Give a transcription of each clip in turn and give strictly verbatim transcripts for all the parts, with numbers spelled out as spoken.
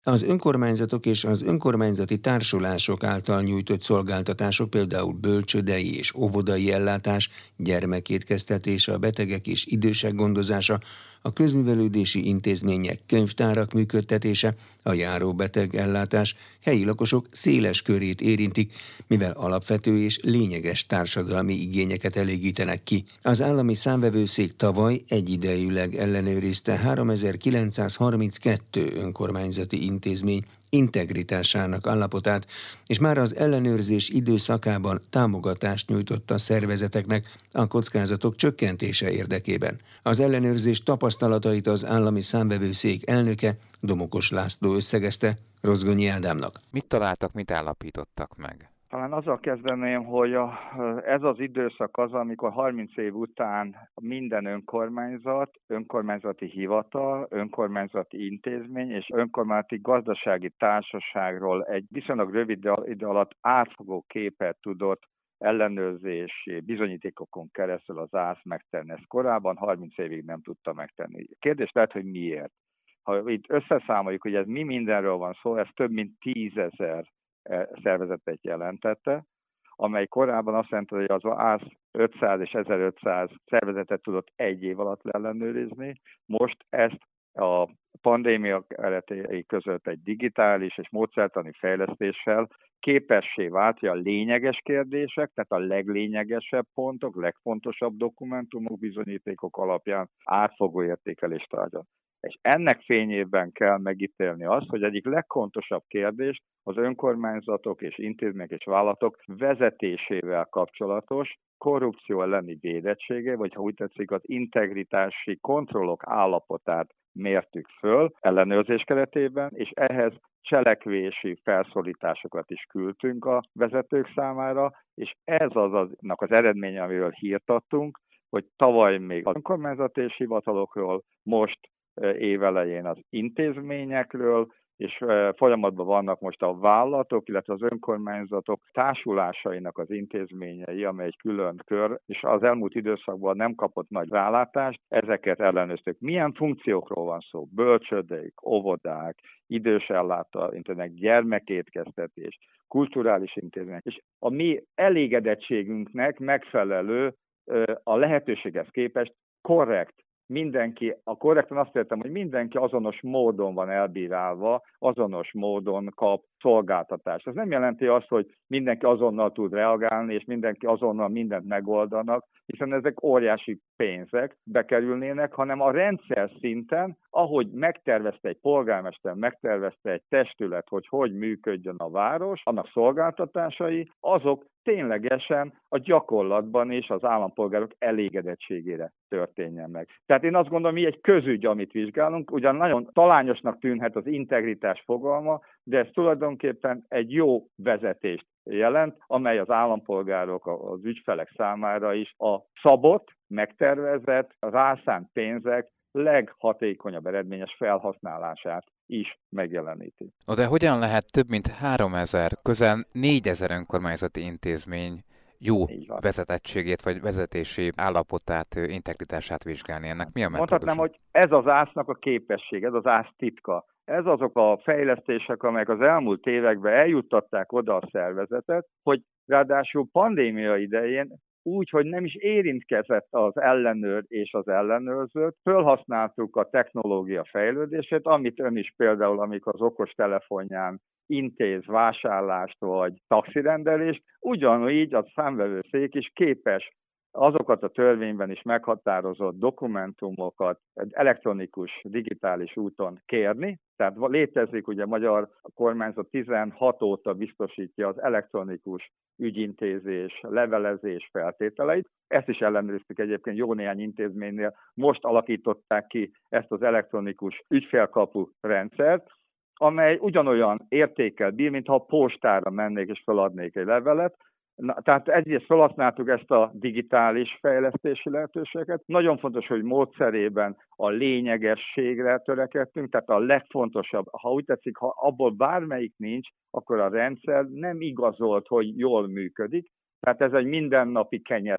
Az önkormányzatok és az önkormányzati társulások által nyújtott szolgáltatások, például bölcsődei és óvodai ellátás, gyermekétkeztetés, a betegek és idősek gondozása, a közművelődési intézmények, könyvtárak működtetése, a járóbeteg ellátás helyi lakosok széles körét érintik, mivel alapvető és lényeges társadalmi igényeket elégítenek ki. Az állami számvevőszék tavaly egyidejűleg ellenőrizte háromezer-kilencszázharminckettő önkormányzati intézmény integritásának állapotát, és már az ellenőrzés időszakában támogatást nyújtott a szervezeteknek a kockázatok csökkentése érdekében. Az ellenőrzés tapasztalatait az állami számvevőszék elnöke, Domokos László összegezte Rozgonyi Ádámnak. Mit találtak, mit állapítottak meg? Talán azzal kezdeném, hogy a, ez az időszak az, amikor harminc év után minden önkormányzat, önkormányzati hivatal, önkormányzati intézmény és önkormányzati gazdasági társaságról egy viszonylag rövid idő alatt átfogó képet tudott ellenőrzési bizonyítékokon keresztül az ÁSZ megtenni. Ezt korábban harminc évig nem tudta megtenni. Kérdés lehet, hogy miért. Ha itt összeszámoljuk, hogy ez mi mindenről van szó, ez több mint tízezer szervezetet jelentette, amely korábban azt jelenti, hogy az ÁSZ ötszáz és ezerötszáz szervezetet tudott egy év alatt ellenőrizni. Most ezt a pandémia keretei között egy digitális és módszertani fejlesztéssel képessé vált, hogy a lényeges kérdések, tehát a leglényegesebb pontok, legfontosabb dokumentumok, bizonyítékok alapján átfogó értékelést adjon. És ennek fényében kell megítélni azt, hogy egyik legfontosabb kérdés az önkormányzatok és intézmények és vállalatok vezetésével kapcsolatos korrupció elleni védettsége, vagy ha úgy tetszik, az integritási kontrollok állapotát mértük föl ellenőrzés keretében, és ehhez cselekvési felszólításokat is küldtünk a vezetők számára, és ez az aznak az eredménye, amiről hírt adtunk, hogy tavaly még az önkormányzati és hivatalokról, most évelején az intézményekről, és folyamatban vannak most a vállalatok, illetve az önkormányzatok társulásainak az intézményei, amely egy külön kör, és az elmúlt időszakban nem kapott nagy rálátást, ezeket ellenőrztük. Milyen funkciókról van szó? Bölcsődék, óvodák, idős ellátó intézmények, gyermekétkeztetés, kulturális intézmények, és a mi elégedettségünknek megfelelő, a lehetőséghez képest korrekt, mindenki, a korrektan azt értem, hogy mindenki azonos módon van elbírálva, azonos módon kap szolgáltatást. Ez nem jelenti azt, hogy mindenki azonnal tud reagálni, és mindenki azonnal mindent megoldanak, hiszen ezek óriási pénzek bekerülnének, hanem a rendszer szinten, ahogy megtervezte egy polgármester, megtervezte egy testület, hogy hogy működjön a város, annak szolgáltatásai, azok ténylegesen a gyakorlatban és az állampolgárok elégedettségére történjen meg. Tehát én azt gondolom, hogy egy közügy, amit vizsgálunk, ugyan nagyon talányosnak tűnhet az integritás fogalma, de ez tulajdonképpen egy jó vezetést jelent, amely az állampolgárok, az ügyfelek számára is a szabott, megtervezett, az álszánt pénzek leghatékonyabb eredményes felhasználását is megjeleníti. De hogyan lehet több mint háromezer, közel négyezer önkormányzati intézmény jó vezetettségét vagy vezetési állapotát, integritását vizsgálni? Ennek mi a metódusa? Mondhatnám, hogy ez az ÁSZ-nak a képesség, ez az ÁSZ titka. Ez azok a fejlesztések, amelyek az elmúlt években eljuttatták oda a szervezetet, hogy ráadásul pandémia idején úgy, hogy nem is érintkezett az ellenőr és az ellenőrzőt, fölhasználtuk a technológia fejlődését, amit ön is például, amikor az okostelefonján intéz vásárlást vagy taxirendelést, ugyanígy a számvevőszék is képes azokat a törvényben is meghatározott dokumentumokat elektronikus, digitális úton kérni. Tehát létezik, ugye a magyar kormányzat tizenhat óta biztosítja az elektronikus ügyintézés, levelezés feltételeit. Ezt is ellenőriztük egyébként jó néhány intézménynél. Most alakították ki ezt az elektronikus ügyfélkapu rendszert, amely ugyanolyan értékkel bír, mintha a postára mennék és feladnék egy levelet. Na, tehát egyrészt felhasználtuk ezt a digitális fejlesztési lehetőséget. Nagyon fontos, hogy módszerében a lényegességre törekedtünk, tehát a legfontosabb, ha úgy tetszik, ha abból bármelyik nincs, akkor a rendszer nem igazolt, hogy jól működik. Tehát ez egy mindennapi kenyere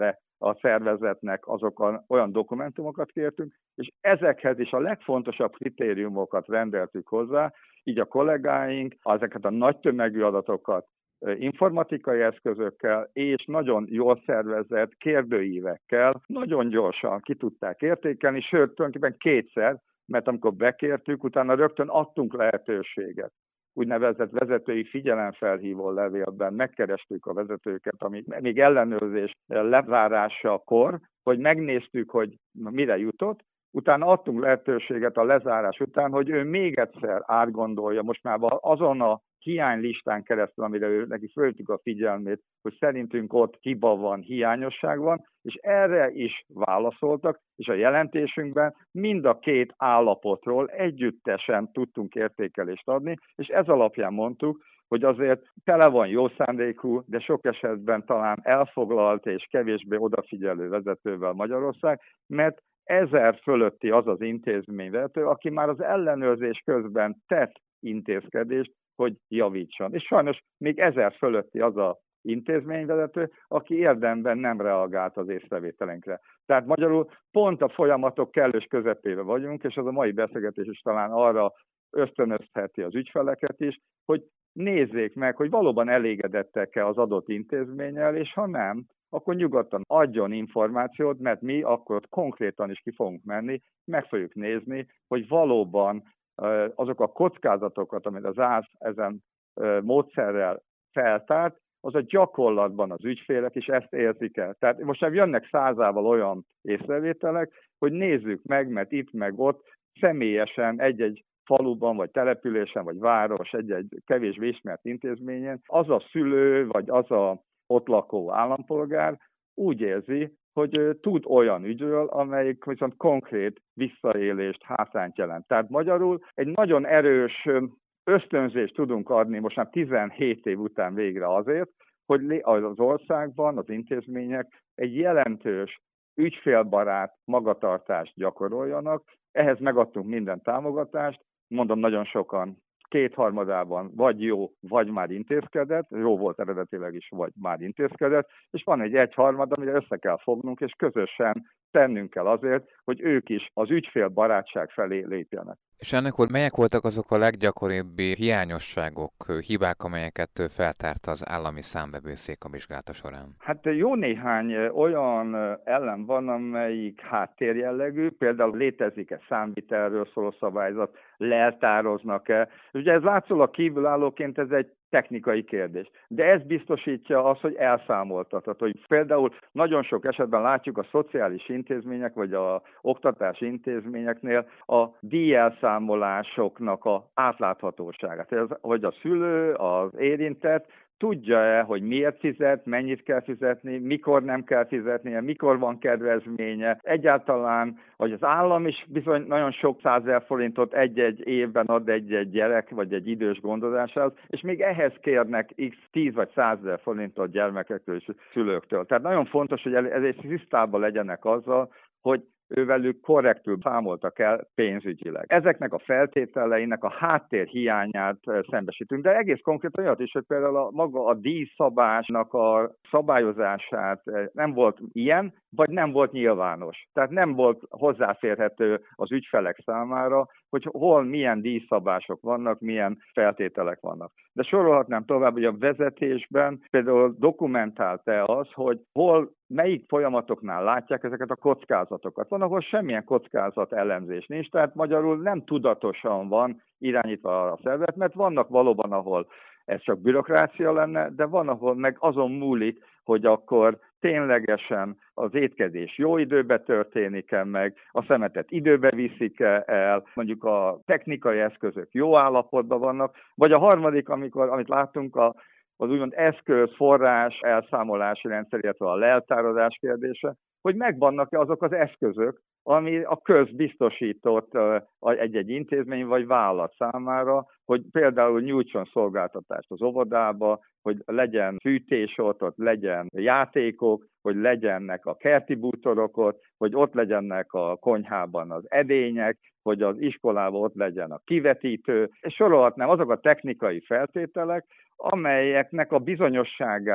a szervezetnek azokon olyan dokumentumokat kértünk, és ezekhez is a legfontosabb kritériumokat rendeltük hozzá, így a kollégáink ezeket a nagy tömegű adatokat informatikai eszközökkel és nagyon jól szervezett kérdőívekkel nagyon gyorsan ki tudták értékelni, sőt, tulajdonképpen kétszer, mert amikor bekértük, utána rögtön adtunk lehetőséget. Úgynevezett vezetői figyelemfelhívó levélben megkerestük a vezetőket, ami még ellenőrzés lezárásakor, hogy megnéztük, hogy mire jutott, utána adtunk lehetőséget a lezárás után, hogy ő még egyszer átgondolja, most már azon a hiánylistán keresztül, amire ő, neki föltük a figyelmét, hogy szerintünk ott hiba van, hiányosság van, és erre is válaszoltak, és a jelentésünkben mind a két állapotról együttesen tudtunk értékelést adni, és ez alapján mondtuk, hogy azért tele van jó szándékú, de sok esetben talán elfoglalt és kevésbé odafigyelő vezetővel Magyarország, mert ezer fölötti az az intézményvezető, aki már az ellenőrzés közben tett intézkedést, hogy javítson. És sajnos még ezer fölötti az a intézményvezető, aki érdemben nem reagált az észrevételenkre. Tehát magyarul pont a folyamatok kellős közepére vagyunk, és az a mai beszélgetés is talán arra ösztönözheti az ügyfeleket is, hogy nézzék meg, hogy valóban elégedettek-e az adott intézménnyel, és ha nem, akkor nyugodtan adjon információt, mert mi akkor konkrétan is ki fogunk menni, meg fogjuk nézni, hogy valóban azok a kockázatokat, amit az á es ezen módszerrel feltárt, az a gyakorlatban az ügyfélek is ezt érzik el. Tehát most már jönnek százával olyan észrevételek, hogy nézzük meg, mert itt meg ott személyesen egy-egy faluban, vagy településen, vagy város, egy-egy kevésbé ismert intézményen az a szülő, vagy az a ott lakó állampolgár úgy érzi, hogy tud olyan ügyről, amelyik viszont konkrét visszaélést, hátrányt jelent. Tehát magyarul egy nagyon erős ösztönzést tudunk adni most már tizenhét év után végre azért, hogy az országban az intézmények egy jelentős ügyfélbarát magatartást gyakoroljanak. Ehhez megadtunk minden támogatást, mondom, nagyon sokan kétharmadában vagy jó, vagy már intézkedett, jó volt eredetileg is, vagy már intézkedett, és van egy egyharmad, amire össze kell fognunk, és közösen tennünk kell azért, hogy ők is az ügyfélbarátság felé lépjenek. És ennek úr, melyek voltak azok a leggyakoribb hiányosságok, hibák, amelyeket feltárt az állami számvevőszék a vizsgálata során? Hát jó néhány olyan ellen van, amelyik háttérjellegű, például létezik-e számvitelről szóló szabályzat, leltároznak-e. Ugye ez látszólag kívülállóként ez egy technikai kérdés. De ez biztosítja azt, hogy elszámoltatható. Hogy például nagyon sok esetben látjuk a szociális intézmények, vagy a oktatási intézményeknél a díjelszámolásoknak a átláthatóságát. Ez, hogy a szülő, az érintett tudja-e, hogy miért fizet, mennyit kell fizetni, mikor nem kell fizetnie, mikor van kedvezménye. Egyáltalán, hogy az állam is bizony nagyon sok százezer forintot egy-egy évben ad egy-egy gyerek, vagy egy idős gondozásához, és még ehhez kérnek x tíz vagy százezer forintot gyermekektől és szülőktől. Tehát nagyon fontos, hogy ezért tisztában legyenek azzal, hogy ővelük korrektül számoltak el pénzügyileg. Ezeknek a feltételeinek a háttér hiányát szembesítünk, de egész konkrétan olyat is, hogy például a, maga a díjszabásnak a szabályozását nem volt ilyen, vagy nem volt nyilvános. Tehát nem volt hozzáférhető az ügyfelek számára, hogy hol milyen díjszabások vannak, milyen feltételek vannak. De sorolhatnám tovább, hogy a vezetésben például dokumentált-e az, hogy hol melyik folyamatoknál látják ezeket a kockázatokat. Van, ahol semmilyen kockázat elemzés nincs, tehát magyarul nem tudatosan van irányítva a szervezet, mert vannak valóban, ahol ez csak bürokrácia lenne, de van, ahol meg azon múlik, hogy akkor ténylegesen az étkezés jó időbe történik-e meg, a szemetet időbe viszik-e el, mondjuk a technikai eszközök jó állapotban vannak, vagy a harmadik, amikor, amit láttunk, a az úgymond eszköz, forrás, elszámolási rendszer, illetve a leltározás kérdése, hogy megvannak-e azok az eszközök, ami a közbiztosított egy-egy intézmény vagy vállalat számára, hogy például nyújtson szolgáltatást az óvodába, hogy legyen fűtés ott, ott legyen játékok, hogy legyenek a kerti bútorok ott, hogy ott legyenek a konyhában az edények, hogy az iskolában ott legyen a kivetítő, és sorolhatnám azok a technikai feltételek, amelyeknek a bizonyosságát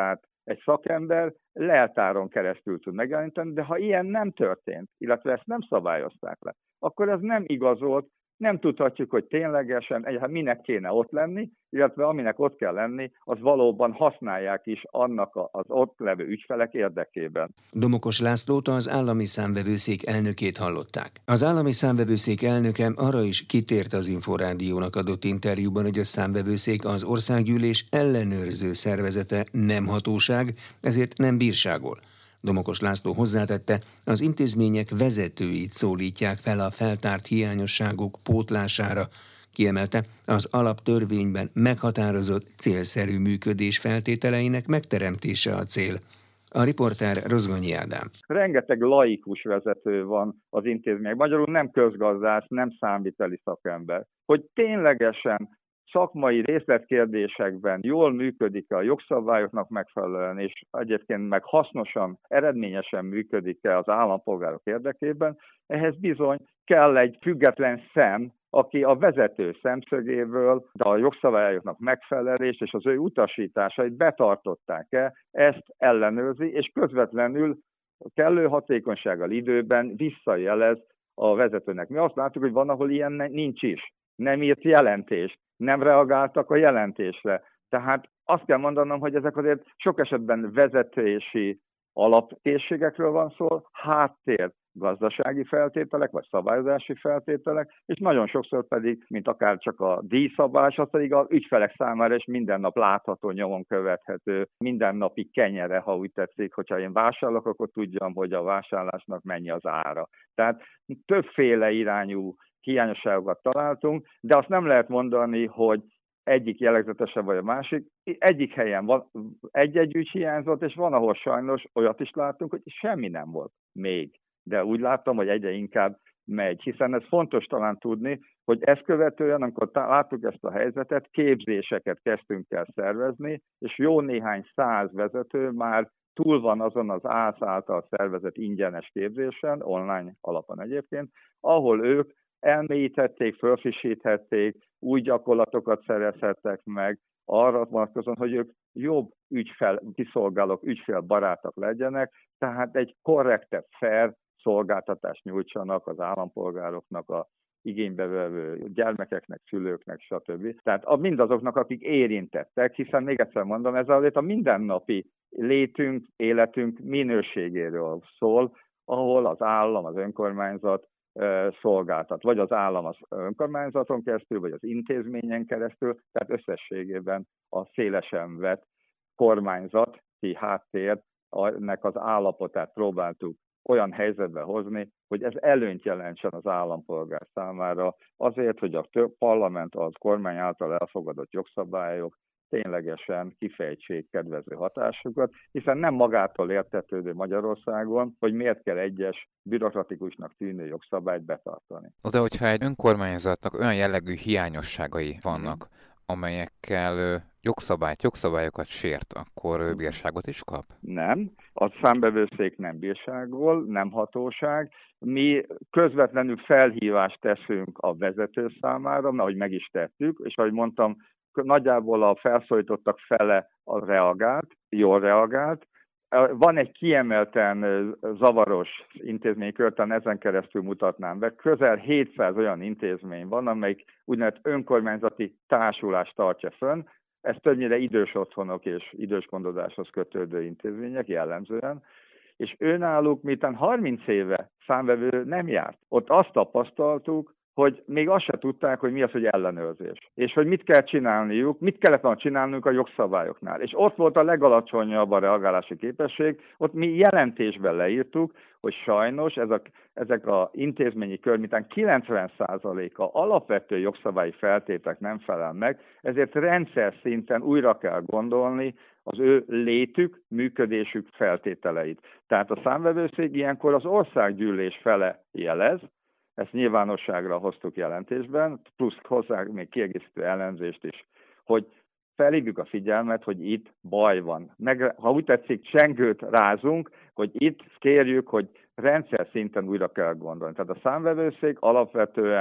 egy szakember leltáron keresztül tud megjeleníteni, de ha ilyen nem történt, illetve ezt nem szabályozták le, akkor ez nem igazolt, nem tudhatjuk, hogy ténylegesen hát minek kéne ott lenni, illetve aminek ott kell lenni, az valóban használják is annak az ott levő ügyfelek érdekében. Domokos Lászlót, az állami számvevőszék elnökét hallották. Az állami számvevőszék elnöke arra is kitért az Inforádiónak adott interjúban, hogy a számvevőszék az országgyűlés ellenőrző szervezete, nem hatóság, ezért nem bírságol. Domokos László hozzátette, az intézmények vezetőit szólítják fel a feltárt hiányosságok pótlására. Kiemelte, az alaptörvényben meghatározott célszerű működés feltételeinek megteremtése a cél. A riporter Rozgonyi Ádám. Rengeteg laikus vezető van az intézmények, magyarul nem közgazdász, nem számviteli szakember. Hogy ténylegesen szakmai részletkérdésekben jól működik a jogszabályoknak megfelelően, és egyébként meg hasznosan, eredményesen működik-e az állampolgárok érdekében, ehhez bizony kell egy független szem, aki a vezető szemszögéből a jogszabályoknak megfelelést és az ő utasításait betartották-e, ezt ellenőrzi, és közvetlenül kellő hatékonysággal időben visszajelez a vezetőnek. Mi azt látjuk, hogy van, ahol ilyen nincs is. Nem írt jelentést, nem reagáltak a jelentésre. Tehát azt kell mondanom, hogy ezek azért sok esetben vezetési alapkészségekről van szó, háttér gazdasági feltételek, vagy szabályozási feltételek, és nagyon sokszor pedig, mint akár csak a díjszabás, az pedig az ügyfelek számára is minden nap látható, nyomon követhető, mindennapi kenyere, ha úgy tetszik, hogyha én vásárolok, akkor tudjam, hogy a vásárlásnak mennyi az ára. Tehát többféle irányú hiányosságokat találtunk, de azt nem lehet mondani, hogy egyik jellegzetesebb vagy a másik. Egyik helyen van egy-egy ügy hiányzott, és van, ahol sajnos olyat is látunk, hogy semmi nem volt még. De úgy láttam, hogy egyre inkább megy, hiszen ez fontos talán tudni, hogy ezt követően, amikor láttuk ezt a helyzetet, képzéseket kezdtünk el szervezni, és jó néhány száz vezető már túl van azon az ÁSZ által szervezett ingyenes képzésen, online alapon egyébként, ahol ők elmélyítették, fölfrissíthették, új gyakorlatokat szerezhettek meg, arra vonatkozóan, hogy ők jobb ügyfél, kiszolgálók, ügyfélbarátok legyenek, tehát egy korrektebb, fair szolgáltatást nyújtsanak az állampolgároknak, a igénybevevő gyermekeknek, szülőknek, stb. Tehát mindazoknak, akik érintettek, hiszen még egyszer mondom, ez azért a mindennapi létünk, életünk minőségéről szól, ahol az állam, az önkormányzat szolgáltat, vagy az állam az önkormányzaton keresztül, vagy az intézményen keresztül, tehát összességében a szélesen vett kormányzati háttérnek az állapotát próbáltuk olyan helyzetbe hozni, hogy ez előnyt jelentsen az állampolgár számára, azért, hogy a parlament, az kormány által elfogadott jogszabályok ténylegesen kifejtsék kedvező hatásukat, hiszen nem magától értetődő Magyarországon, hogy miért kell egyes bürokratikusnak tűnő jogszabályt betartani. De hogyha egy önkormányzatnak olyan jellegű hiányosságai vannak, amelyekkel jogszabályt, jogszabályokat sért, akkor bírságot is kap? Nem. A számvevőszék nem bírságol, nem hatóság. Mi közvetlenül felhívást teszünk a vezető számára, ahogy meg is tettük, és ahogy mondtam, nagyjából a felszólítottak fele a reagált, jól reagált. Van egy kiemelten zavaros intézménykör, talán ezen keresztül mutatnám be. Közel hétszáz olyan intézmény van, amelyik úgynevezett önkormányzati társulást tartja fönn. Ez többnyire idős otthonok és idősgondozáshoz kötődő intézmények jellemzően. És őnáluk, miután harminc éve számvevő nem járt, ott azt tapasztaltuk, hogy még azt se tudták, hogy mi az, hogy ellenőrzés. És hogy mit kell csinálniuk, mit kellett volna csinálnunk a jogszabályoknál. És ott volt a legalacsonyabb a reagálási képesség, ott mi jelentésben leírtuk, hogy sajnos ezek, ezek az intézményi kör, miután kilencven százaléka alapvető jogszabályi feltételek nem felel meg, ezért rendszer szinten újra kell gondolni az ő létük, működésük feltételeit. Tehát a számvevőszék ilyenkor az országgyűlés fele jelez, ezt nyilvánosságra hoztuk jelentésben, plusz hozzá még kiegészítő elemzést is, hogy felhívjuk a figyelmet, hogy itt baj van. Meg, ha úgy tetszik, csengőt rázunk, hogy itt kérjük, hogy rendszer szinten újra kell gondolni. Tehát a számvevőszék alapvetően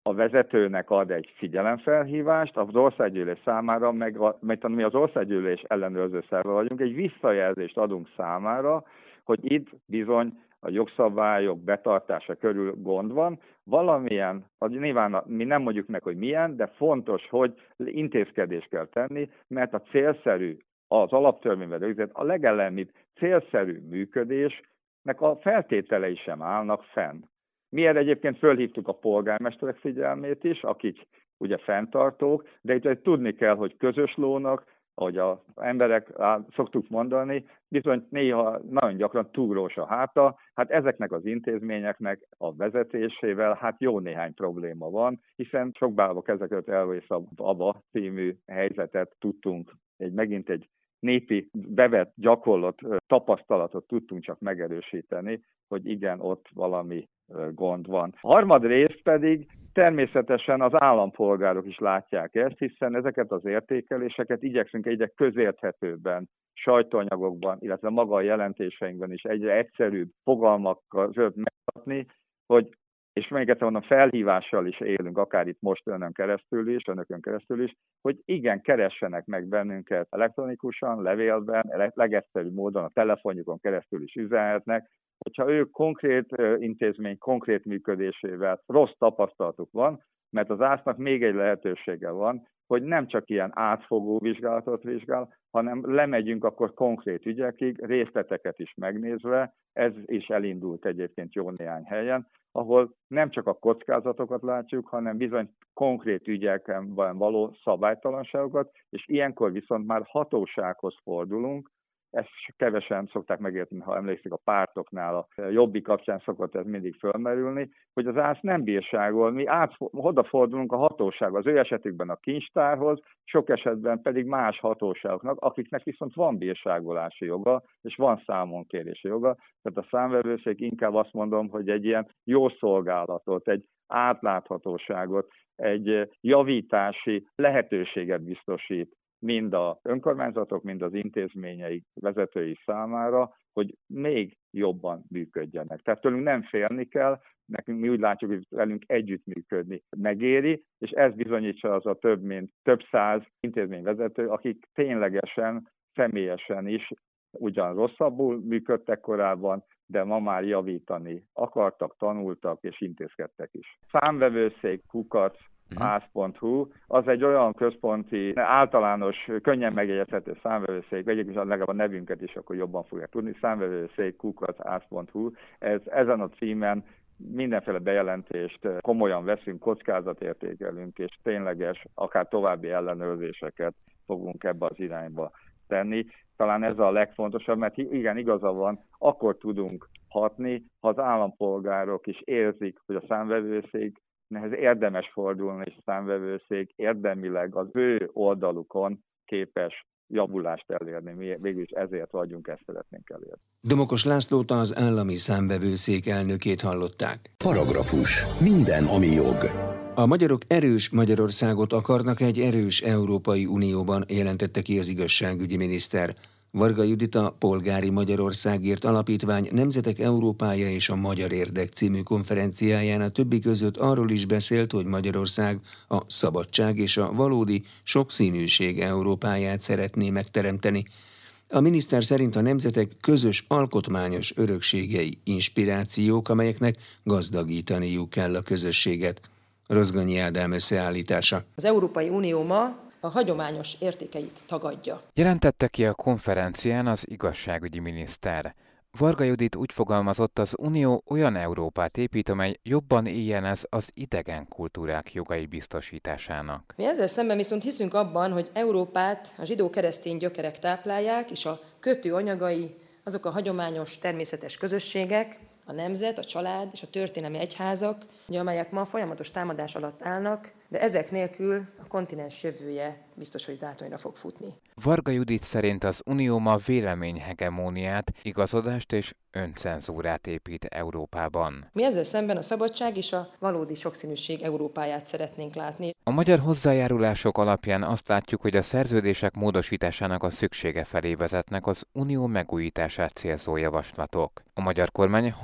a vezetőnek ad egy figyelemfelhívást, az országgyűlés számára, meg a, mert mi az országgyűlés ellenőrző szerve vagyunk, egy visszajelzést adunk számára, hogy itt bizony a jogszabályok betartása körül gond van. Valamilyen, nyilván mi nem mondjuk meg, hogy milyen, de fontos, hogy intézkedést kell tenni, mert a célszerű, az alaptörvényben rögzített, a legellennibb célszerű működésnek a feltételei sem állnak fenn. Mi erre egyébként fölhívtuk a polgármesterek figyelmét is, akik ugye fenntartók, de itt tudni kell, hogy közös lónak, ahogy az emberek szoktuk mondani, bizony néha nagyon gyakran túrós a háta, hát ezeknek az intézményeknek a vezetésével hát jó néhány probléma van, hiszen sok bálba ezeket elvész abba című helyzetet tudtunk, egy megint egy népi bevett, gyakorlott tapasztalatot tudtunk csak megerősíteni, hogy igen, ott valami gond van. A harmadrészt pedig természetesen az állampolgárok is látják ezt, hiszen ezeket az értékeléseket igyekszünk egyre közérthetőbben, sajtóanyagokban, illetve maga a jelentéseinkben is egyre egyszerűbb fogalmakkal megmutatni, hogy, és még egyszer mondom, felhívással is élünk, akár itt most önön keresztül is, önökön keresztül is, hogy igen, keressenek meg bennünket elektronikusan, levélben, legegyszerűbb módon a telefonjukon keresztül is üzenhetnek, hogyha ők konkrét intézmény, konkrét működésével rossz tapasztalatuk van, mert az ásznak még egy lehetősége van, hogy nem csak ilyen átfogó vizsgálatot vizsgál, hanem lemegyünk akkor konkrét ügyekig, részleteket is megnézve, ez is elindult egyébként jó néhány helyen, ahol nem csak a kockázatokat látjuk, hanem bizony konkrét ügyekben való szabálytalanságokat, és ilyenkor viszont már hatósághoz fordulunk. Ezt kevesen szokták megérteni, ha emlékszik a pártoknál, a Jobbik kapcsán szokott ez mindig fölmerülni, hogy az ász nem bírságol, mi át, odafordulunk a hatósághoz, az ő esetükben a kincstárhoz, sok esetben pedig más hatóságoknak, akiknek viszont van bírságolási joga, és van számonkérési joga, tehát a számvevőszék inkább azt mondom, hogy egy ilyen jó szolgálatot, egy átláthatóságot, egy javítási lehetőséget biztosít mind az önkormányzatok, mind az intézményeik vezetői számára, hogy még jobban működjenek. Tehát tőlünk nem félni kell, nekünk mi úgy látjuk, hogy velünk együttműködni megéri, és ez bizonyítsa az a több mint több száz intézményvezető, akik ténylegesen, személyesen is ugyan rosszabbul működtek korábban, de ma már javítani akartak, tanultak és intézkedtek is. Számvevőszék kukac ász pont hu, az egy olyan központi, általános, könnyen megjegyezhető számvevőszék, vegyük is legalább a nevünket is, akkor jobban fogják tudni, számvevőszék kukac ász pont hu, ez, ezen a címen mindenféle bejelentést komolyan veszünk, kockázatértékelünk, és tényleges, akár további ellenőrzéseket fogunk ebbe az irányba tenni. Talán ez a legfontosabb, mert igen, igaza van, akkor tudunk hatni, ha az állampolgárok is érzik, hogy a számvevőszék nehez érdemes fordulni, és a számvevőszék érdemileg az ő oldalukon képes javulást elérni. Mi végülis ezért vagyunk, ezt szeretnénk elérni. Domokos Lászlót, az állami számvevőszék elnökét hallották. Paragrafus. Minden, ami jog. A magyarok erős Magyarországot akarnak egy erős Európai Unióban, jelentette ki az igazságügyi miniszter. Varga Judit, a Polgári Magyarországért Alapítvány Nemzetek Európája és a Magyar Érdek című konferenciáján a többi között arról is beszélt, hogy Magyarország a szabadság és a valódi sokszínűség Európáját szeretné megteremteni. A miniszter szerint a nemzetek közös alkotmányos örökségei inspirációk, amelyeknek gazdagítaniuk kell a közösséget. Rozgonyi Ádám összeállítása. Az Európai Unió ma a hagyományos értékeit tagadja. Jelentette ki a konferencián az igazságügyi miniszter. Varga Judit úgy fogalmazott, az Unió olyan Európát épít, amely jobban éljenez az idegen kultúrák jogai biztosításának. Mi ezzel szemben viszont hiszünk abban, hogy Európát a zsidó-keresztény gyökerek táplálják, és a kötőanyagai azok a hagyományos természetes közösségek, a nemzet, a család és a történelmi egyházak, amelyek ma folyamatos támadás alatt állnak, de ezek nélkül a kontinens jövője biztos, hogy zátonyra fog futni. Varga Judit szerint az Unió ma véleményhegemóniát, igazodást és öncenzúrát épít Európában. Mi ezzel szemben a szabadság és a valódi sokszínűség Európáját szeretnénk látni. A magyar hozzájárulások alapján azt látjuk, hogy a szerződések módosításának a szüksége felé vezetnek az Unió megújítását célzó javaslatok. A magyar kormány hat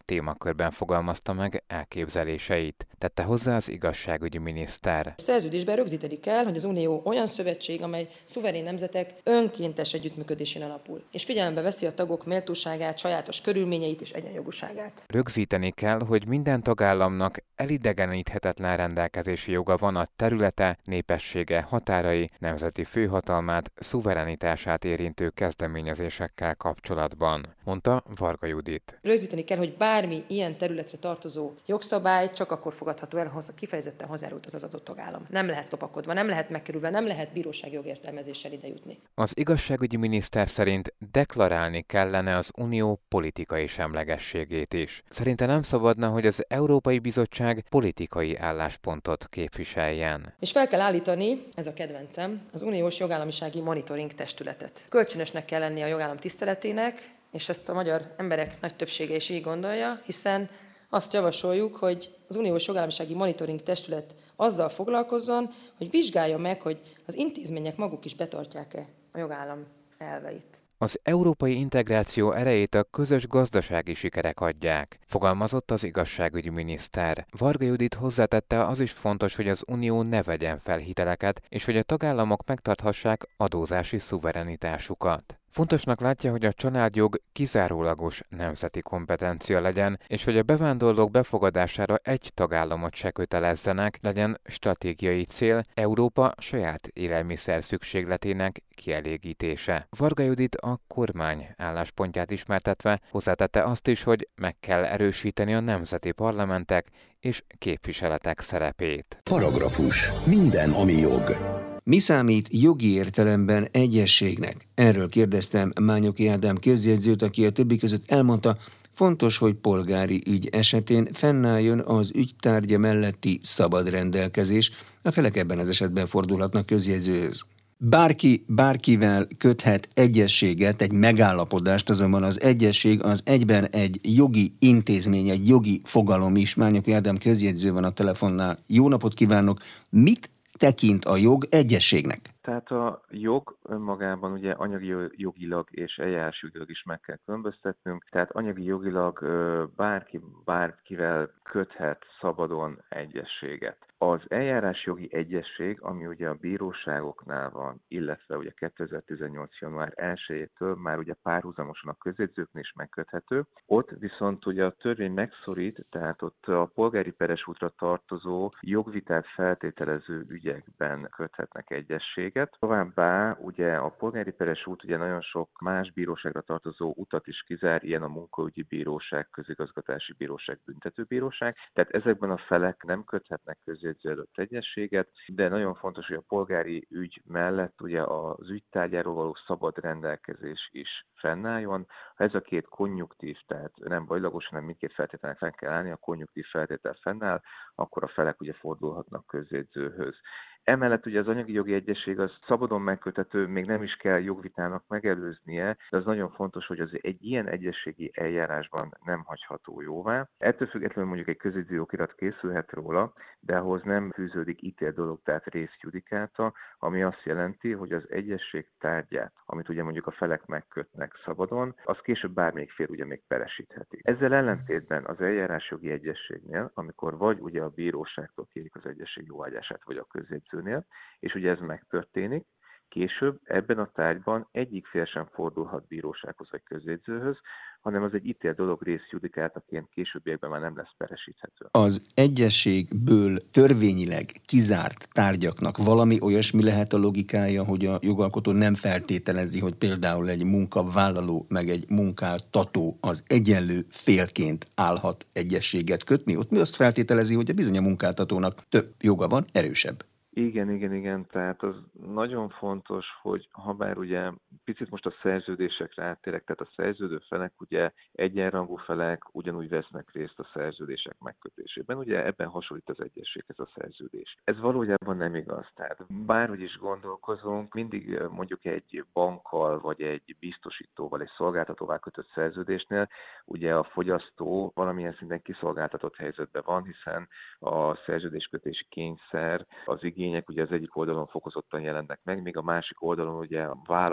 témakörben fogalmazta meg elképzeléseit, tette hozzá az igazságügyi miniszter. A szerződésben rögzíteni kell, hogy az Unió olyan szövetség, amely szuverén nemzetek önkéntes együttműködésén alapul, és figyelembe veszi a tagok méltóságát, sajátos körülményeit és egyenjogúságát. Rögzíteni kell, hogy minden tagállamnak elidegeníthetetlen rendelkezési joga van a területe, népessége, határai, nemzeti főhatalmát, szuverenitását érintő kezdeményezésekkel kapcsolatban, mondta Varga Judit. Rögzíteni kell, hogy bármi ilyen területre tartozó jogszabály csak akkor fogadható el, ha kifejezetten hozzájárult az az adott tagállam. Nem lehet lopakodva, nem lehet megkerülve, nem lehet bírósági jogértelmezéssel idejutni. Az igazságügyi miniszter szerint deklarálni kellene az unió politikai semlegességét is. Szerinte nem szabadna, hogy az Európai Bizottság politikai álláspontot képviseljen. És fel kell állítani, ez a kedvencem, az uniós jogállamisági monitoring testületet. Kölcsönösnek kell lennie a jogállam tiszteletének, és ezt a magyar emberek nagy többsége is így gondolja, hiszen azt javasoljuk, hogy az uniós jogállamisági monitoring testület azzal foglalkozzon, hogy vizsgálja meg, hogy az intézmények maguk is betartják-e a jogállam elveit. Az európai integráció erejét a közös gazdasági sikerek adják, fogalmazott az igazságügyi miniszter. Varga Judit hozzátette, az is fontos, hogy az Unió ne vegyen fel hiteleket, és hogy a tagállamok megtarthassák adózási szuverenitásukat. Fontosnak látja, hogy a családjog kizárólagos nemzeti kompetencia legyen, és hogy a bevándorlók befogadására egy tagállamot se kötelezzenek, legyen stratégiai cél Európa saját élelmiszer szükségletének kielégítése. Varga Judit a kormány álláspontját ismertetve hozzátette azt is, hogy meg kell erősíteni a nemzeti parlamentek és képviseletek szerepét. Paragrafus. Minden, ami jog. Mi számít jogi értelemben egyezségnek? Erről kérdeztem Mányoki Ádám közjegyzőt, aki a többi között elmondta, fontos, hogy polgári ügy esetén fennálljon az ügytárgya melletti szabad rendelkezés, a felek ebben az esetben fordulhatnak közjegyzőhöz. Bárki bárkivel köthet egyezséget, egy megállapodást, azonban az egyezség az egyben egy jogi intézmény, egy jogi fogalom is. Mányoki Ádám közjegyző van a telefonnál. Jó napot kívánok! Mit tekint a jog egyezségnek? Tehát a jog önmagában ugye anyagi jogilag és eljárásjogilag is meg kell különböztetnünk. Tehát anyagi jogilag bárki bárkivel köthet szabadon egyezséget. Az eljárásjogi egyezség, ami ugye a bíróságoknál van, illetve ugye kétezer-tizennyolc. január elsejétől már ugye párhuzamosan a közjegyzőknél is megköthető. Ott viszont ugye a törvény megszorít, tehát ott a polgári peres útra tartozó jogvitát feltételező ügyekben köthetnek egyezséget. Továbbá ugye a polgári peres út ugye nagyon sok más bíróságra tartozó utat is kizár, ilyen a munkaügyi bíróság, közigazgatási bíróság, büntetőbíróság. Tehát ezekben a felek nem köthetnek közjegyző előtt egyezséget, de nagyon fontos, hogy a polgári ügy mellett ugye az ügytárgyáról való szabad rendelkezés is fennálljon. Ha ez a két konjunktív, tehát nem bajlagos, hanem mindkét feltételnek fenn kell állni, a konjunktív feltétel fennáll, akkor a felek ugye fordulhatnak közjegyzőhöz. Emellett ugye az anyagi jogi egyezség az szabadon megköthető, még nem is kell jogvitának megelőznie, de az nagyon fontos, hogy az egy ilyen egyezségi eljárásban nem hagyható jóvá. Ettől függetlenül mondjuk egy közjegyző okirat készülhet róla, de ahhoz nem fűződik ítélt dolog, tehát részjudikáta, ami azt jelenti, hogy az egyezség tárgyát, amit ugye mondjuk a felek megkötnek szabadon, az később bármelyik fél ugye még peresítheti. Ezzel ellentétben az eljárásjogi egyezségnél, amikor vagy ugye a bíróságtól kérik az egyezség jóvágyását, vagy a közjegyzőnél, és ugye ez megtörténik, később ebben a tárgyban egyik fél sem fordulhat bírósághoz vagy közjegyzőhöz, hanem az egy ítélt dolog részjudikátaként későbbiekben már nem lesz peresíthető. Az egyezségből törvényileg kizárt tárgyaknak valami olyasmi lehet a logikája, hogy a jogalkotó nem feltételezi, hogy például egy munkavállaló meg egy munkáltató az egyenlő félként állhat egyezséget kötni? Ott mi azt feltételezi, hogy a bizony a munkáltatónak több joga van, erősebb. Igen, igen, igen, tehát az nagyon fontos, hogy ha bár ugye picit most a szerződésekre áttérek, tehát a szerződő felek ugye egyenrangú felek ugyanúgy vesznek részt a szerződések megkötésében. Ugye ebben hasonlít az egyezséghez a szerződés. Ez valójában nem igaz. Tehát bárhogy is gondolkozunk, mindig mondjuk egy bankkal, vagy egy biztosítóval, egy szolgáltatóval kötött szerződésnél ugye a fogyasztó valamilyen szinten kiszolgáltatott helyzetben van, hiszen a szerződéskötési kényszer, az igények ugye az egyik oldalon fokozottan jelennek meg, míg a másik oldalon ugye a vállalat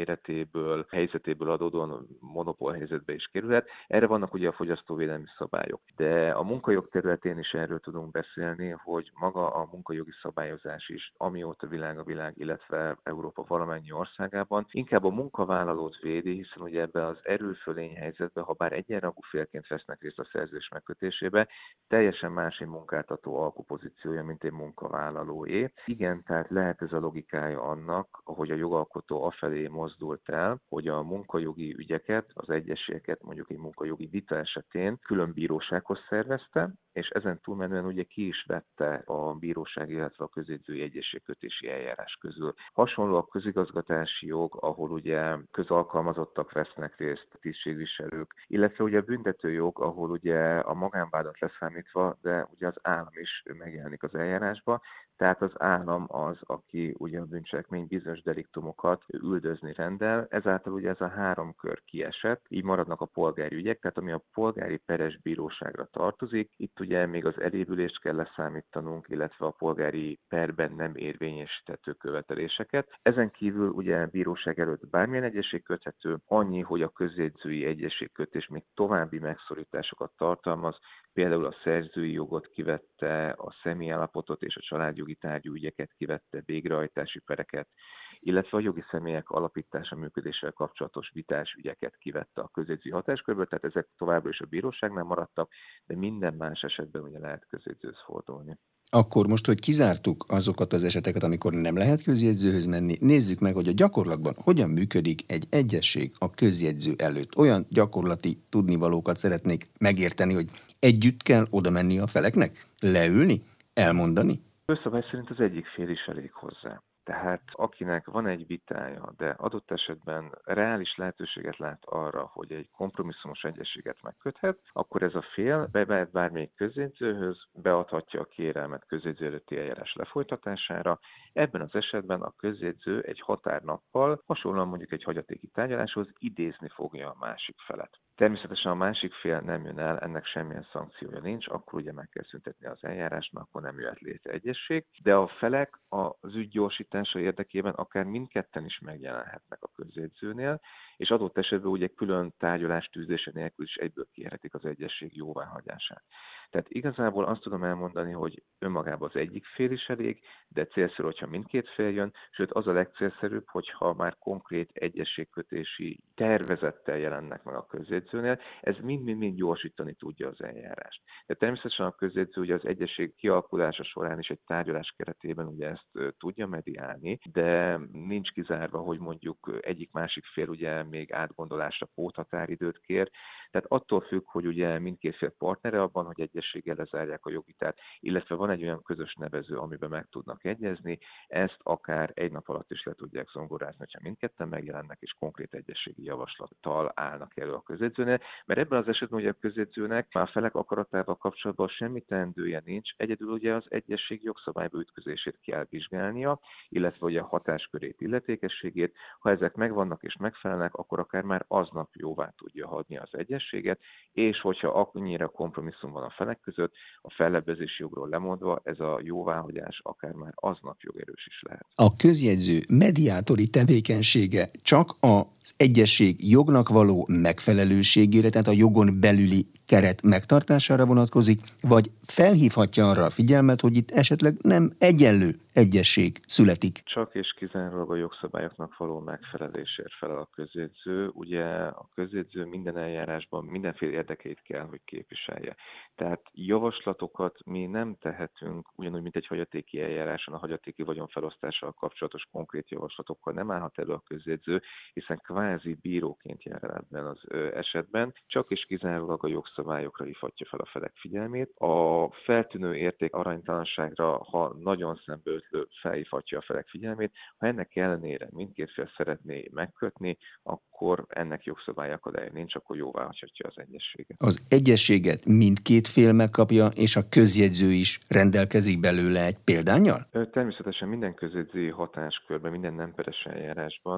méretéből, helyzetéből adódóan monopól helyzetbe is kerülhet. Erre vannak ugye a fogyasztóvédelmi szabályok. De a munkajog területén is erről tudunk beszélni, hogy maga a munkajogi szabályozás is, amióta világ a világ, illetve Európa valamennyi országában, inkább a munkavállalót védi, hiszen ugye ebbe az erőfölény helyzetbe, ha bár egyenrangú félként vesznek részt a szerződés megkötésébe, teljesen más egy munkáltató alkupozíciója, mint egy munkavállalóé. Igen, tehát lehet ez a logikája annak, hogy a jogalkotó afelé mozdult el, hogy a munkajogi ügyeket, az egyezségeket mondjuk egy munkajogi vita esetén külön bírósághoz szervezte, és ezen túlmenően ugye ki is vette a bíróság, illetve a közjegyzői egyezségkötési eljárás közül. Hasonló a közigazgatási jog, ahol ugye közalkalmazottak vesznek részt, tisztségviselők, illetve ugye a büntetőjog, ahol ugye a magánvádat leszámítva, de ugye az állam is megjelenik az eljárásba, tehát az állam az, aki ugye a bűncselekmény bizonyos deliktumokat üldözni rendel, ezáltal ugye ez a három kör kiesett, így maradnak a polgári ügyek, tehát ami a polgári peres bíróságra tartozik, itt ugye még az elévülést kell leszámítanunk, illetve a polgári perben nem érvényesítető követeléseket. Ezen kívül ugye bíróság előtt bármilyen egyezség köthető, annyi, hogy a közjegyzői egyezségkötés még további megszorításokat tartalmaz, például a szerzői jogot kivette, a személyállapotot és a családjogi tárgyú ügyeket kivette, végrehajtási pereket, illetve a jogi személyek alapítása működéssel kapcsolatos vitás ügyeket kivette a közjegyzői hatáskörből, tehát ezek továbbra is a bíróságnál maradtak, de minden más esetben ugye lehet közjegyzőhöz fordulni. Akkor most, hogy kizártuk azokat az eseteket, amikor nem lehet közjegyzőhöz menni, nézzük meg, hogy a gyakorlatban hogyan működik egy egyezség a közjegyző előtt. Olyan gyakorlati tudnivalókat szeretnék megérteni, hogy együtt kell oda menni a feleknek? Leülni? Elmondani? Összabály szerint az egyik fél is elég hozzá. Tehát akinek van egy vitája, de adott esetben reális lehetőséget lát arra, hogy egy kompromisszumos egyezséget megköthet, akkor ez a fél bemehet bármelyik közjegyzőhöz, beadhatja a kérelmet közjegyző előtti eljárás lefolytatására. Ebben az esetben a közjegyző egy határnappal, hasonlóan mondjuk egy hagyatéki tárgyaláshoz idézni fogja a másik felet. Természetesen a másik fél nem jön el, ennek semmilyen szankciója nincs, akkor ugye meg kell szüntetni az eljárást, mert akkor nem jöhet létre egyezség, de a felek az ügy gyorsítása érdekében akár mindketten is megjelenhetnek a közjegyzőnél, és adott esetben ugye külön tárgyalás tűzése nélkül is egyből kérhetik az egyezség jóváhagyását. Tehát igazából azt tudom elmondani, hogy önmagában az egyik fél is elég, de célszerű, hogyha mindkét fél jön, sőt az a legcélszerűbb, hogyha már konkrét egyezségkötési tervezettel jelennek meg a közjegyzőnél, ez mind-mind-mind gyorsítani tudja az eljárást. De természetesen a közjegyző ugye az egyezség kialakulása során is egy tárgyalás keretében ugye ezt tudja mediálni, de nincs kizárva, hogy mondjuk egyik-másik fél ugye még átgondolásra póthatáridőt kér. Tehát attól függ, hogy ugye mindkét fél partnere abban, hogy egyességgel lezárják a jogvitát, illetve van egy olyan közös nevező, amiben meg tudnak egyezni, ezt akár egy nap alatt is le tudják zongorázni, hogyha mindketten megjelennek, és konkrét egyességi javaslattal állnak elő a közjegyzőnél, mert ebben az esetben ugye a közjegyzőnek már a felek akaratával kapcsolatban semmi teendője nincs, egyedül ugye az egyesség jogszabályba ütközését kell vizsgálnia, illetve ugye a hatáskörét, illetékességét, ha ezek megvannak és megfelelnek, akkor akár már aznap jóvá tudja hagyni az egyességet, és hogyha annyira kompromisszum van a felek között, a fellebbezési jogról lemondva, ez a jóváhagyás akár már aznap jogerős is lehet. A közjegyző mediátori tevékenysége csak az egyesség jognak való megfelelőségére, tehát a jogon belüli keret megtartására vonatkozik, vagy felhívhatja arra a figyelmet, hogy itt esetleg nem egyenlő egyesség születik? Csak és kizárólag a jogszabályoknak való megfelelésért felel a közjegyző. Ugye a közjegyző minden eljárásban mindenféle érdekeit kell, hogy képviselje. Tehát javaslatokat mi nem tehetünk, ugyanúgy, mint egy hagyatéki eljáráson, a hagyatéki vagyonfelosztással kapcsolatos konkrét javaslatokkal nem állhat elő a közjegyző, hiszen kvázi bíróként jár el ebben az esetben, csak és kizárólag a jogszabályokra hívhatja fel a felek figyelmét. A feltűnő érték aránytalanságra, ha nagyon szembeötlő, felhívhatja a felek figyelmét, ha ennek ellenére mindkét fél szeretné megkötni, akkor ennek jogszabály akadálya nincs, akkor jóváhagyhatja az egyességet. Az egyességet mindkét fél megkapja, és a közjegyző is rendelkezik belőle egy példánnyal? Természetesen minden közjegyzői hatáskörben, minden nem peres eljárásban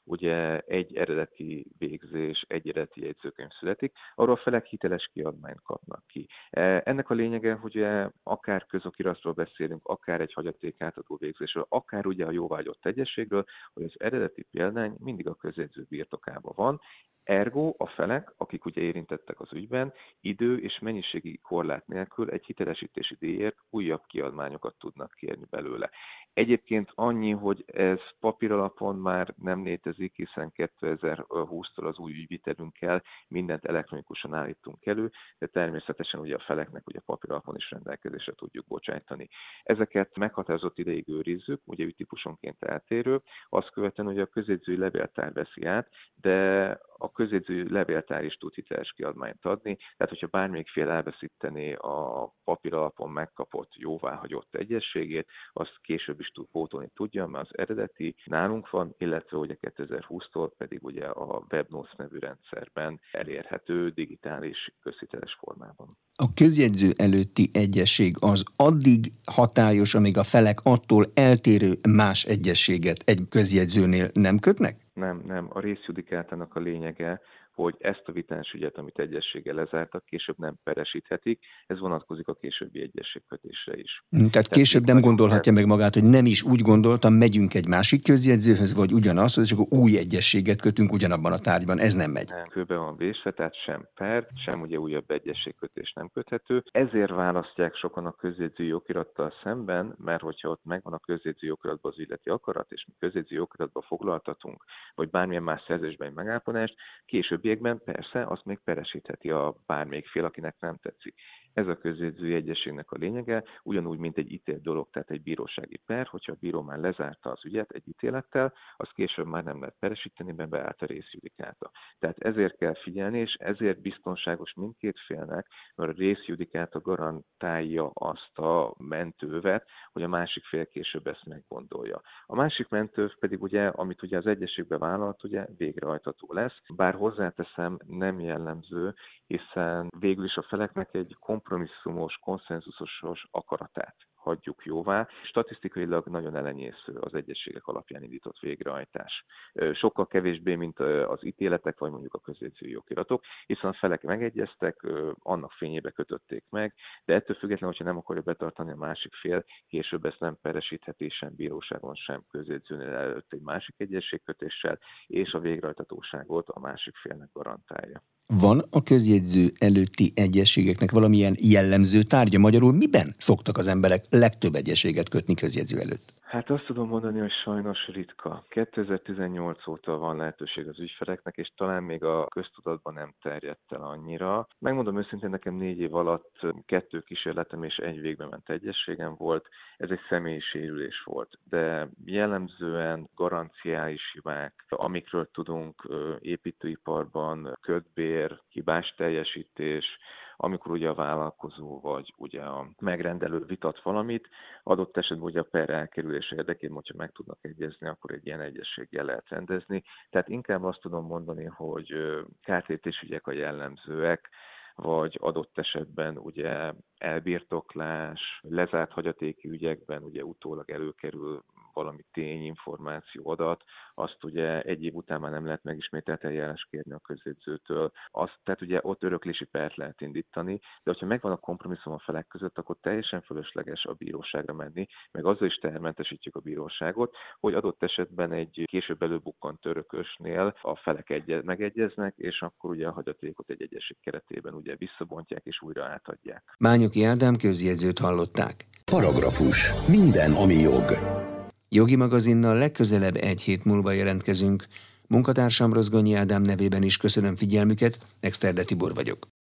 ugye egy eredeti végzés, egy eredeti jegyzőkönyv születik, arról a felek hiteles kiadványt kapnak ki. Ennek a lényege, hogy akár közokiratról beszélünk, akár egy hagyatékátadó végzésről, akár ugye a jóváhagyott egyezségről, hogy az eredeti példány mindig a közjegyző birtokában van. Ergo a felek, akik ugye érintettek az ügyben, idő és mennyiségi korlát nélkül egy hitelesítési díjért újabb kiadványokat tudnak kérni belőle. Egyébként annyi, hogy ez papíralapon már nem létezik, hiszen kétezer-húsztól az új ügyvitelünkkel mindent elektronikusan állítunk elő, de természetesen ugye a feleknek ugye papíralapon is rendelkezésre tudjuk bocsájtani. Ezeket meghatározott ideig őrizzük, ugye ügytípusonként eltérő, azt követően, hogy a közjegyzői levéltár veszi át, de a közjegyzői levéltár is tud hiteles kiadványt adni, tehát hogyha bármelyik fél elveszítené a papíralapon megkapott jóváhagyott egyezségét, azt később is tud pótolni tudja, mert az eredeti nálunk van, illetve ugye kétezer-húsztól pedig ugye a WebNotes nevű rendszerben elérhető digitális közhiteles formában. A közjegyző előtti egyezség az addig hatályos, amíg a felek attól eltérő más egyezséget egy közjegyzőnél nem kötnek? Nem, nem. A részjudikátának a lényege, hogy ezt a vitás ügyet, amit egyezséggel lezártak, később nem peresíthetik, ez vonatkozik a későbbi egyezségkötésre is. Tehát, Tehát később nem gondolhatja meg magát, hogy nem is úgy gondoltam, megyünk egy másik közjegyzőhöz, vagy ugyanazhoz, és akkor új egyezséget kötünk ugyanabban a tárgyban, ez nem megy. Nem, kőbe van vésve, tehát sem per, sem ugye újabb egyezségkötés nem köthető. Ezért választják sokan a közjegyzői okirattal szemben, mert hogyha ott megvan a közjegyzői okiratban az illeti akarat, és mi közjegyzői okiratban foglaltatunk, vagy bármilyen más szerződésben egy megállapodást, későbbiekben persze azt még peresítheti a bármelyik fél, akinek nem tetszik. Ez a közjegyzői egyezségnek a lényege, ugyanúgy, mint egy ítélt dolog, tehát egy bírósági per, hogyha a bíró már lezárta az ügyet egy ítélettel, az később már nem lehet peresíteni, mert beállt a részjudikáta. Tehát ezért kell figyelni, és ezért biztonságos mindkét félnek, mert a részjudikáta garantálja azt a mentővet, hogy a másik fél később ezt meggondolja. A másik mentőv pedig ugye, amit ugye az egyezségbe vállalt, ugye végrehajtható lesz, bár hozzáteszem, nem jellemző, hiszen végül is a feleknek egy kompromisszumos, konszenzusos akaratát hagyjuk jóvá. Statisztikailag nagyon elenyésző az egyezségek alapján indított végrehajtás. Sokkal kevésbé, mint az ítéletek, vagy mondjuk a közjegyzői okiratok, hiszen a felek megegyeztek, annak fényébe kötötték meg, de ettől függetlenül, hogyha nem akarja betartani a másik fél, később ezt nem peresítheti sem bíróságon, sem közjegyzőnél előtt egy másik egyezségkötéssel, és a végrehajtatóságot a másik félnek garantálja. Van a közjegyző előtti egyezségeknek valamilyen jellemző tárgya? Magyarul miben szoktak az emberek legtöbb egyezséget kötni közjegyző előtt? Hát azt tudom mondani, hogy sajnos ritka. kétezer-tizennyolc óta van lehetőség az ügyfeleknek, és talán még a köztudatban nem terjedt el annyira. Megmondom őszintén, nekem négy év alatt kettő kísérletem és egy végbe ment egyezségem volt. Ez egy személyi sérülés volt, de jellemzően garanciális hibák, amikről tudunk építőiparban, kötbér, hibás teljesítés, amikor ugye a vállalkozó vagy ugye a megrendelő vitat valamit, adott esetben ugye a per elkerülése érdekében, hogyha meg tudnak egyezni, akkor egy ilyen egyezséggel lehet rendezni. Tehát inkább azt tudom mondani, hogy kártérítésügyek a jellemzőek, vagy adott esetben ugye elbirtoklás, lezárt hagyatéki ügyekben ugye utólag előkerül valami tényinformáció, adat, azt ugye egy év után már nem lehet megismételt eljárás kérni a közjegyzőtől. Azt, tehát ugye ott öröklési pert lehet indítani, de hogyha megvan a kompromisszum a felek között, akkor teljesen fölösleges a bíróságra menni, meg azzal is termentesítjük a bíróságot, hogy adott esetben egy később előbukkant örökösnél a felek egyez, megegyeznek, és akkor ugye a hagyatékot egy egyesség keretében ugye visszabontják és újra átadják. Mányoki Ádám közjegyzőt hallották. Paragrafus. Minden, ami jog. Jogi magazinnal legközelebb egy hét múlva jelentkezünk. Munkatársam Rozgonyi Ádám nevében is köszönöm figyelmüket, Exterde Tibor vagyok.